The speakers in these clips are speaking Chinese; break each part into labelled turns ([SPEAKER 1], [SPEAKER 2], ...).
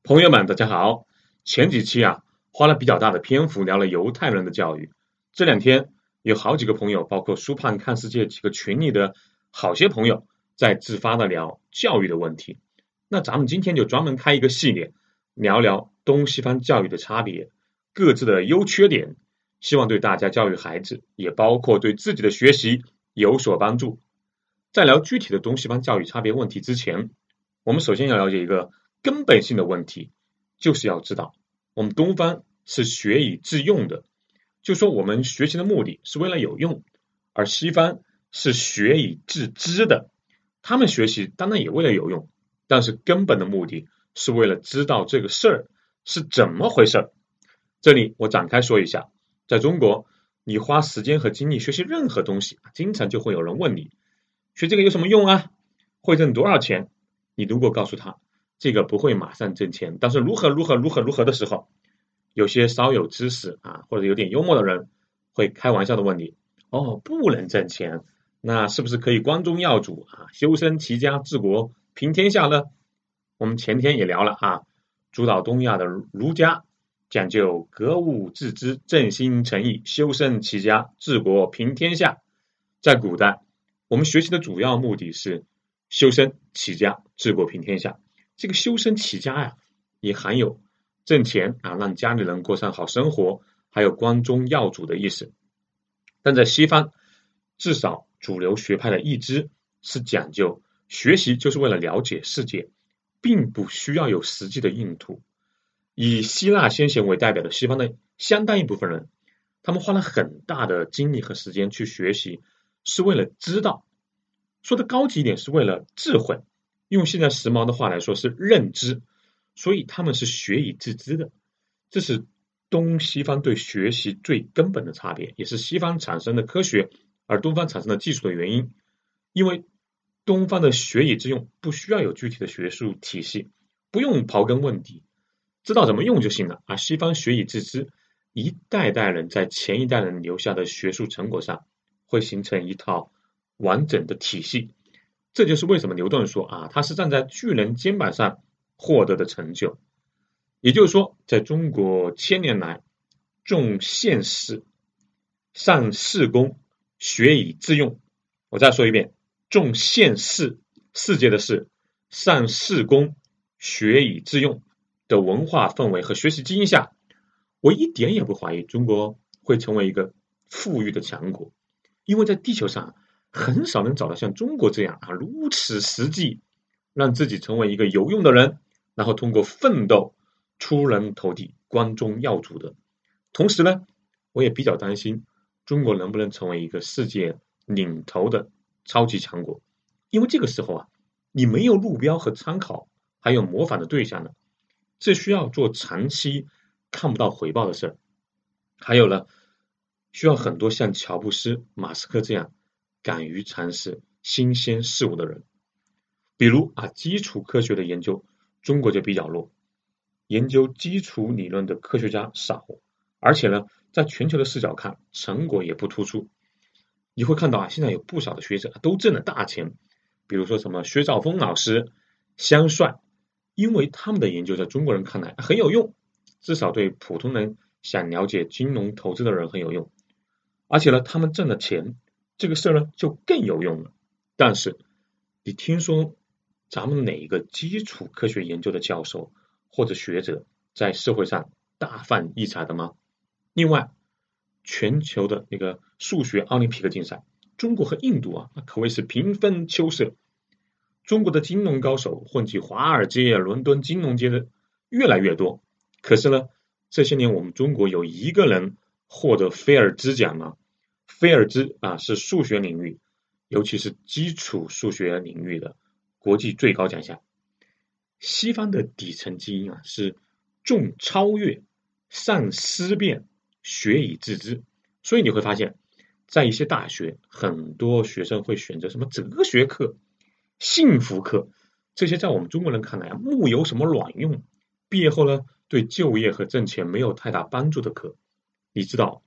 [SPEAKER 1] 朋友们，大家好。前几期花了比较大的篇幅聊了犹太人的教育。这两天有好几个朋友，包括书判看世界几个群里的好些朋友，在自发的聊教育的问题。那咱们今天就专门开一个系列，聊聊东西方教育的差别，各自的优缺点，希望对大家教育孩子，也包括对自己的学习有所帮助。在聊具体的东西方教育差别问题之前，我们首先要了解一个根本性的问题，就是要知道我们东方是学以致用的，就说我们学习的目的是为了有用，而西方是学以致知的。他们学习当然也为了有用，但是根本的目的是为了知道这个事儿是怎么回事。这里我展开说一下，在中国，你花时间和精力学习任何东西，经常就会有人问你，学这个有什么用啊？会挣多少钱？你如果告诉他这个不会马上挣钱，但是如何的时候，有些稍有知识或者有点幽默的人会开玩笑的问你，不能挣钱，那是不是可以光宗耀祖修身齐家治国平天下呢？我们前天也聊了主导东亚的儒家讲究格物致知，正心诚意，修身齐家治国平天下。在古代，我们学习的主要目的是修身齐家治国平天下。这个修身齐家也含有挣钱让家里人过上好生活，还有光宗耀祖的意思。但在西方，至少主流学派的意知是讲究学习就是为了了解世界，并不需要有实际的用途。以希腊先贤为代表的西方的相当一部分人，他们花了很大的精力和时间去学习，是为了知道，说的高级一点是为了智慧，用现在时髦的话来说是认知，所以他们是学以致知的。这是东西方对学习最根本的差别，也是西方产生的科学而东方产生的技术的原因。因为东方的学以致用不需要有具体的学术体系，不用刨根问底，知道怎么用就行了。而西方学以致知，一代代人在前一代人留下的学术成果上会形成一套完整的体系。这就是为什么牛顿说他是站在巨人肩膀上获得的成就。也就是说，在中国千年来，重现实，善事功，学以致用。我再说一遍，重现世，世界的事，善事功，学以致用的文化氛围和学习基因下，我一点也不怀疑中国会成为一个富裕的强国。因为在地球上很少能找到像中国这样如此实际，让自己成为一个有用的人，然后通过奋斗出人头地，光宗耀祖的。同时呢，我也比较担心中国能不能成为一个世界领头的超级强国。因为这个时候你没有路标和参考，还有模仿的对象了，这需要做长期看不到回报的事儿。还有呢，需要很多像乔布斯、马斯克这样敢于尝试新鲜事物的人。比如基础科学的研究，中国就比较弱，研究基础理论的科学家少，而且呢，在全球的视角看，成果也不突出。你会看到现在有不少的学者都挣了大钱，比如说什么薛兆丰老师、香帅，因为他们的研究在中国人看来很有用，至少对普通人想了解金融投资的人很有用。而且呢，他们挣了钱，这个事儿呢就更有用了。但是你听说咱们哪一个基础科学研究的教授或者学者在社会上大放异彩的吗？另外，全球的那个数学奥林匹克竞赛，中国和印度可谓是平分秋色。中国的金融高手混迹华尔街、伦敦金融街的越来越多，可是呢，这些年我们中国有一个人获得菲尔兹奖吗？菲尔兹是数学领域，尤其是基础数学领域的国际最高奖项。西方的底层基因是重超越、善思辨、学以致知，所以你会发现，在一些大学，很多学生会选择什么哲学课、幸福课，这些在我们中国人看来木有什么卵用，毕业后呢，对就业和挣钱没有太大帮助的课。你知道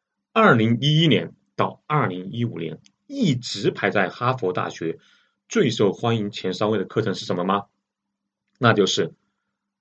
[SPEAKER 1] 2011年到2015年一直排在哈佛大学最受欢迎前3位的课程是什么吗？那就是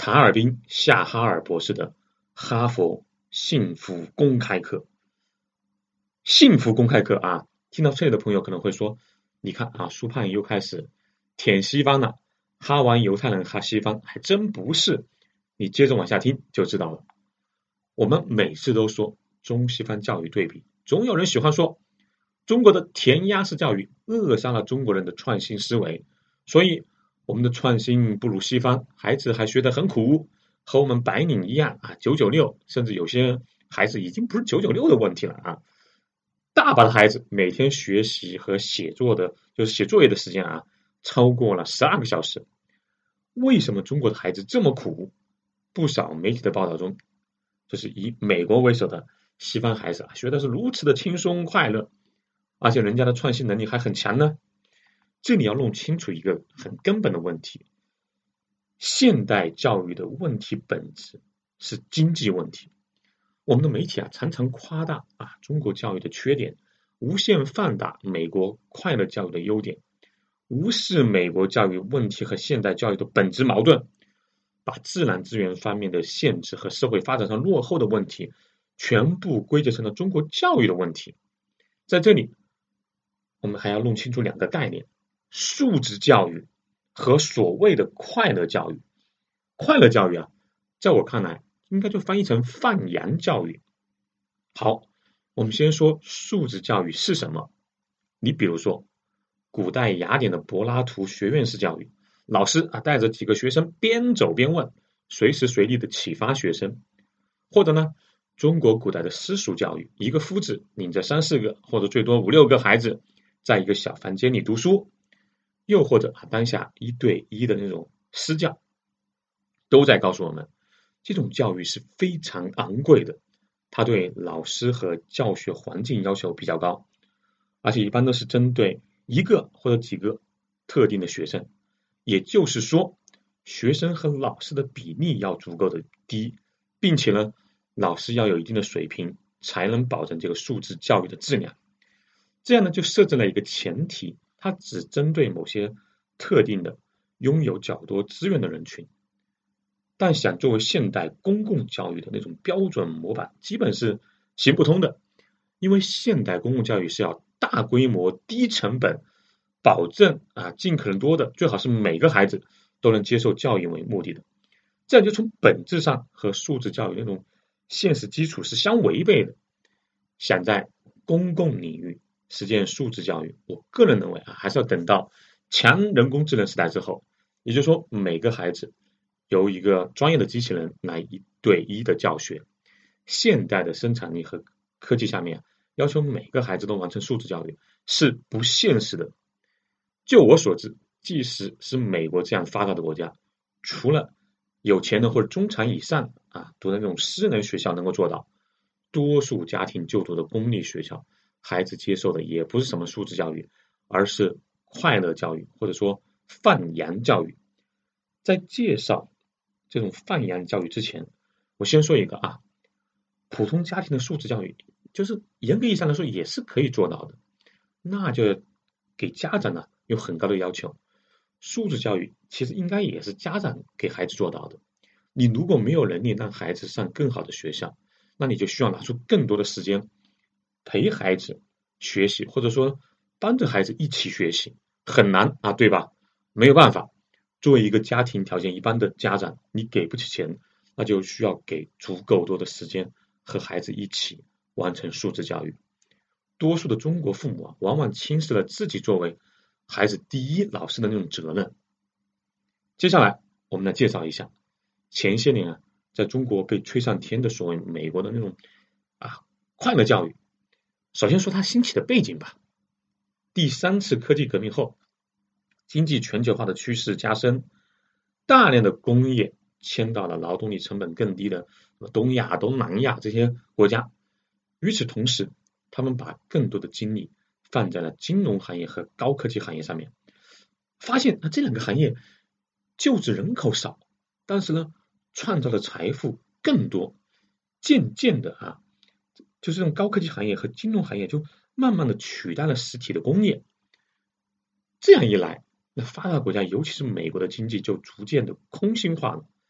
[SPEAKER 1] 塔尔宾夏哈尔博士的哈佛幸福公开课。幸福公开课啊，听到这里的朋友可能会说，你看啊，苏盼又开始舔西方了，哈完犹太人哈西方，还真不是。你接着往下听就知道了。我们每次都说中西方教育对比，总有人喜欢说中国的填鸭式教育扼杀了中国人的创新思维，所以我们的创新不如西方，孩子还学得很苦，和我们白领一样啊，996，甚至有些孩子已经不是996的问题了啊。大把的孩子每天学习和写作的，就是写作业的时间啊，超过了12个小时。为什么中国的孩子这么苦？不少媒体的报道中，就是以美国为首的西方孩子啊，学的是如此的轻松快乐，而且人家的创新能力还很强呢。这里要弄清楚一个很根本的问题：现代教育的问题本质是经济问题。我们的媒体啊，常常夸大啊中国教育的缺点，无限放大美国快乐教育的优点，无视美国教育问题和现代教育的本质矛盾，把自然资源方面的限制和社会发展上落后的问题，全部归结成了中国教育的问题。在这里，我们还要弄清楚两个概念：素质教育和所谓的快乐教育。快乐教育啊，在我看来，应该就翻译成放羊教育。好，我们先说素质教育是什么。你比如说，古代雅典的柏拉图学院式教育，老师啊带着几个学生边走边问，随时随地的启发学生。或者呢，中国古代的私塾教育，一个夫子领着3、4个或者最多5、6个孩子，在一个小房间里读书。又或者当下1对1的那种私教，都在告诉我们，这种教育是非常昂贵的，它对老师和教学环境要求比较高，而且一般都是针对一个或者几个特定的学生，也就是说，学生和老师的比例要足够的低，并且呢，老师要有一定的水平，才能保证这个素质教育的质量。这样呢，就设置了一个前提，它只针对某些特定的拥有较多资源的人群。但想作为现代公共教育的那种标准模板，基本是行不通的。因为现代公共教育是要大规模、低成本，保证啊尽可能多的，最好是每个孩子都能接受教育为目的的。这样就从本质上和素质教育那种现实基础是相违背的。想在公共领域实践素质教育，我个人认为啊，还是要等到强人工智能时代之后，也就是说，每个孩子由一个专业的机器人来1对1的教学。现代的生产力和科技下面，要求每个孩子都完成素质教育是不现实的。就我所知，即使是美国这样发达的国家，除了有钱的或者中产以上啊读的那种私人学校能够做到，多数家庭就读的公立学校，孩子接受的也不是什么素质教育，而是快乐教育，或者说放羊教育。在介绍这种放羊教育之前，我先说一个啊，普通家庭的素质教育，就是严格意义上来说也是可以做到的，那就给家长呢有很高的要求。素质教育其实应该也是家长给孩子做到的。你如果没有能力让孩子上更好的学校，那你就需要拿出更多的时间陪孩子学习，或者说帮着孩子一起学习，很难啊，对吧？没有办法，作为一个家庭条件一般的家长，你给不起钱，那就需要给足够多的时间和孩子一起完成素质教育。多数的中国父母啊，往往轻视了自己作为孩子第一老师的那种责任。接下来我们来介绍一下前些年啊，在中国被吹上天的所谓美国的那种快乐教育。首先说它兴起的背景吧。第3次科技革命后，经济全球化的趋势加深，大量的工业迁到了劳动力成本更低的东亚、东南亚这些国家。与此同时，他们把更多的精力放在了金融行业和高科技行业上面，发现这两个行业就职人口少，但是呢，创造的财富更多。渐渐的就是这种高科技行业和金融行业就慢慢的取代了实体的工业。这样一来，那发达国家尤其是美国的经济就逐渐的空心化了。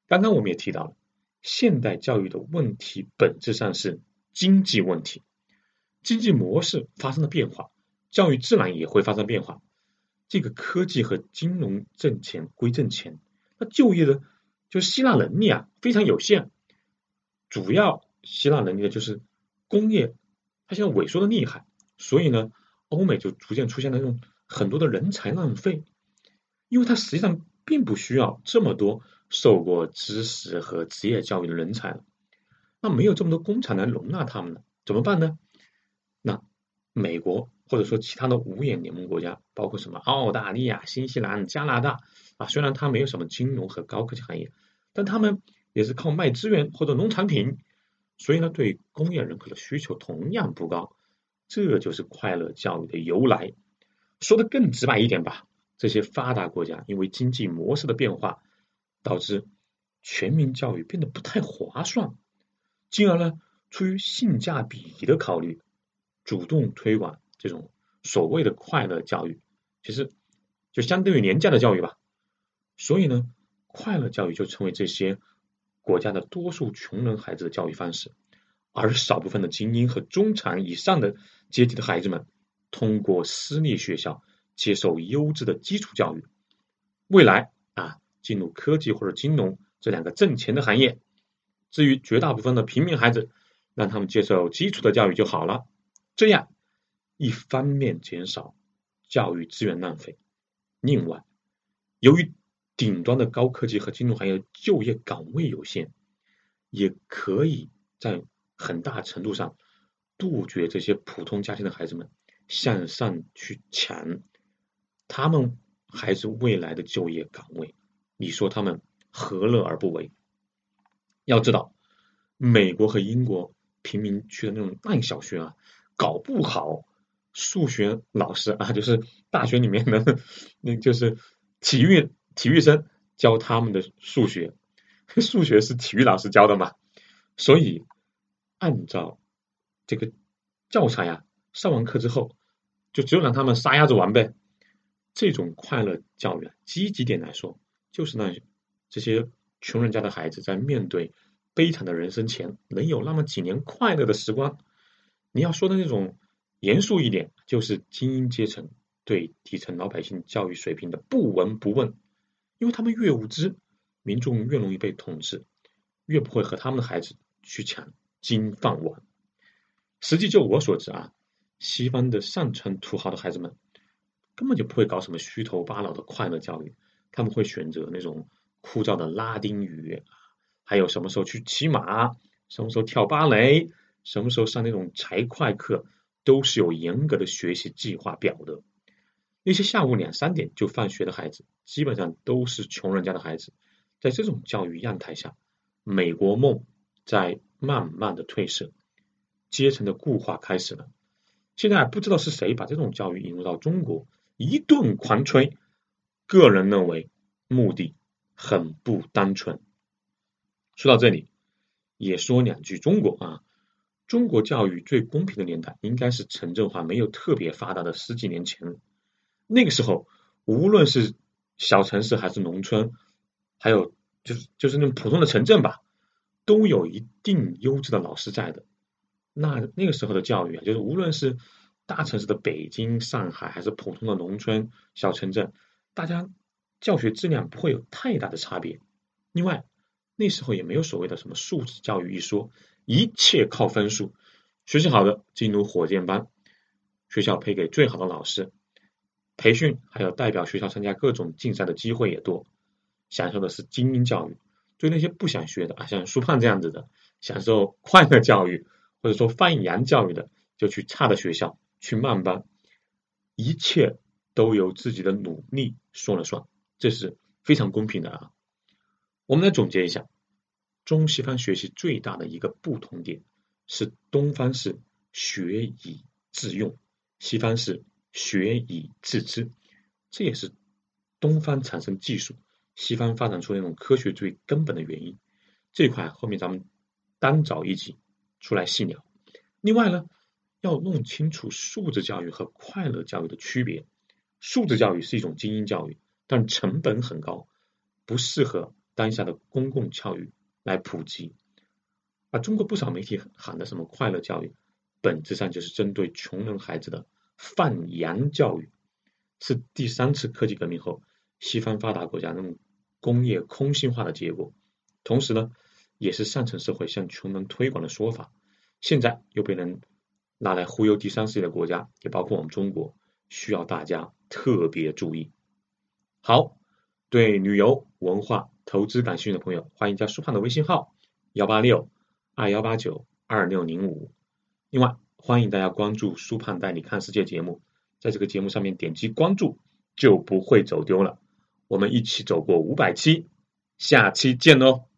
[SPEAKER 1] 刚刚我们也提到了，现代教育的问题本质上是经济问题，经济模式发生了变化，教育自然也会发生变化。这个科技和金融挣钱归挣钱，那就业的就是吸纳能力啊非常有限，主要吸纳能力的就是工业，它现在萎缩的厉害，所以呢，欧美就逐渐出现了那种很多的人才浪费，因为它实际上并不需要这么多受过知识和职业教育的人才了，那没有这么多工厂来容纳他们了，怎么办呢？那美国或者说其他的五眼联盟国家，包括什么澳大利亚、新西兰、加拿大啊，虽然它没有什么金融和高科技行业，但他们也是靠卖资源或者农产品，所以呢，对工业人口的需求同样不高。这就是快乐教育的由来。说的更直白一点吧，这些发达国家因为经济模式的变化，导致全民教育变得不太划算，进而呢，出于性价比的考虑，主动推广这种所谓的快乐教育，其实就相当于廉价的教育吧。所以呢，快乐教育就成为这些国家的多数穷人孩子的教育方式，而少部分的精英和中产以上的阶级的孩子们，通过私立学校接受优质的基础教育，未来啊，进入科技或者金融这两个挣钱的行业。至于绝大部分的平民孩子，让他们接受基础的教育就好了。这样，一方面减少教育资源浪费，另外，由于顶端的高科技和金融行业的就业岗位有限，也可以在很大程度上杜绝这些普通家庭的孩子们向上去抢他们孩子未来的就业岗位。你说他们何乐而不为？要知道，美国和英国贫民区的那种烂小学啊，搞不好数学老师啊，就是大学里面的，那就是体育生教他们的数学，数学是体育老师教的嘛，所以按照这个教材啊，上完课之后，就只有让他们撒丫子玩呗。这种快乐教育啊，积极点来说，就是让这些穷人家的孩子在面对悲惨的人生前，能有那么几年快乐的时光。你要说的那种严肃一点，就是精英阶层对底层老百姓教育水平的不闻不问，因为他们越无知，民众越容易被统治，越不会和他们的孩子去抢金饭碗。实际就我所知啊，西方的上层土豪的孩子们根本就不会搞什么虚头巴脑的快乐教育，他们会选择那种枯燥的拉丁语，还有什么时候去骑马，什么时候跳芭蕾，什么时候上那种财会课，都是有严格的学习计划表的。那些下午2、3点就放学的孩子，基本上都是穷人家的孩子。在这种教育样态下，美国梦在慢慢的褪色，阶层的固化开始了。现在不知道是谁把这种教育引入到中国，一顿狂吹，个人认为目的很不单纯。说到这里，也说两句中国啊，中国教育最公平的年代，应该是城镇化没有特别发达的10几年前。那个时候，无论是小城市还是农村，还有就是那种普通的城镇吧，都有一定优质的老师在的。那个时候的教育啊，就是无论是大城市的北京、上海，还是普通的农村小城镇，大家教学质量不会有太大的差别。另外，那时候也没有所谓的什么素质教育一说，一切靠分数，学习好的进入火箭班，学校配给最好的老师，培训还有代表学校参加各种竞赛的机会也多，享受的是精英教育。对那些不想学的啊，像苏胖这样子的，享受快乐教育或者说放羊教育的，就去差的学校去慢班，一切都由自己的努力说了算，这是非常公平的啊。我们来总结一下，中西方学习最大的一个不同点是东方是学以致用，西方是学以致知，这也是东方产生技术，西方发展出那种科学最根本的原因。这一块后面咱们单找一集出来细聊。另外呢，要弄清楚素质教育和快乐教育的区别。素质教育是一种精英教育，但成本很高，不适合当下的公共教育来普及。而中国不少媒体喊的什么快乐教育，本质上就是针对穷人孩子的放羊教育，是第3次科技革命后西方发达国家那种工业空心化的结果，同时呢，也是上层社会向穷人推广的说法，现在又被人拿来忽悠第3世界的国家，也包括我们中国，需要大家特别注意。好，对旅游、文化、投资感兴趣的朋友，欢迎加苏胖的微信号186-2189-2605。另外，欢迎大家关注苏胖带你看世界节目，在这个节目上面点击关注，就不会走丢了。我们一起走过500期，下期见哦。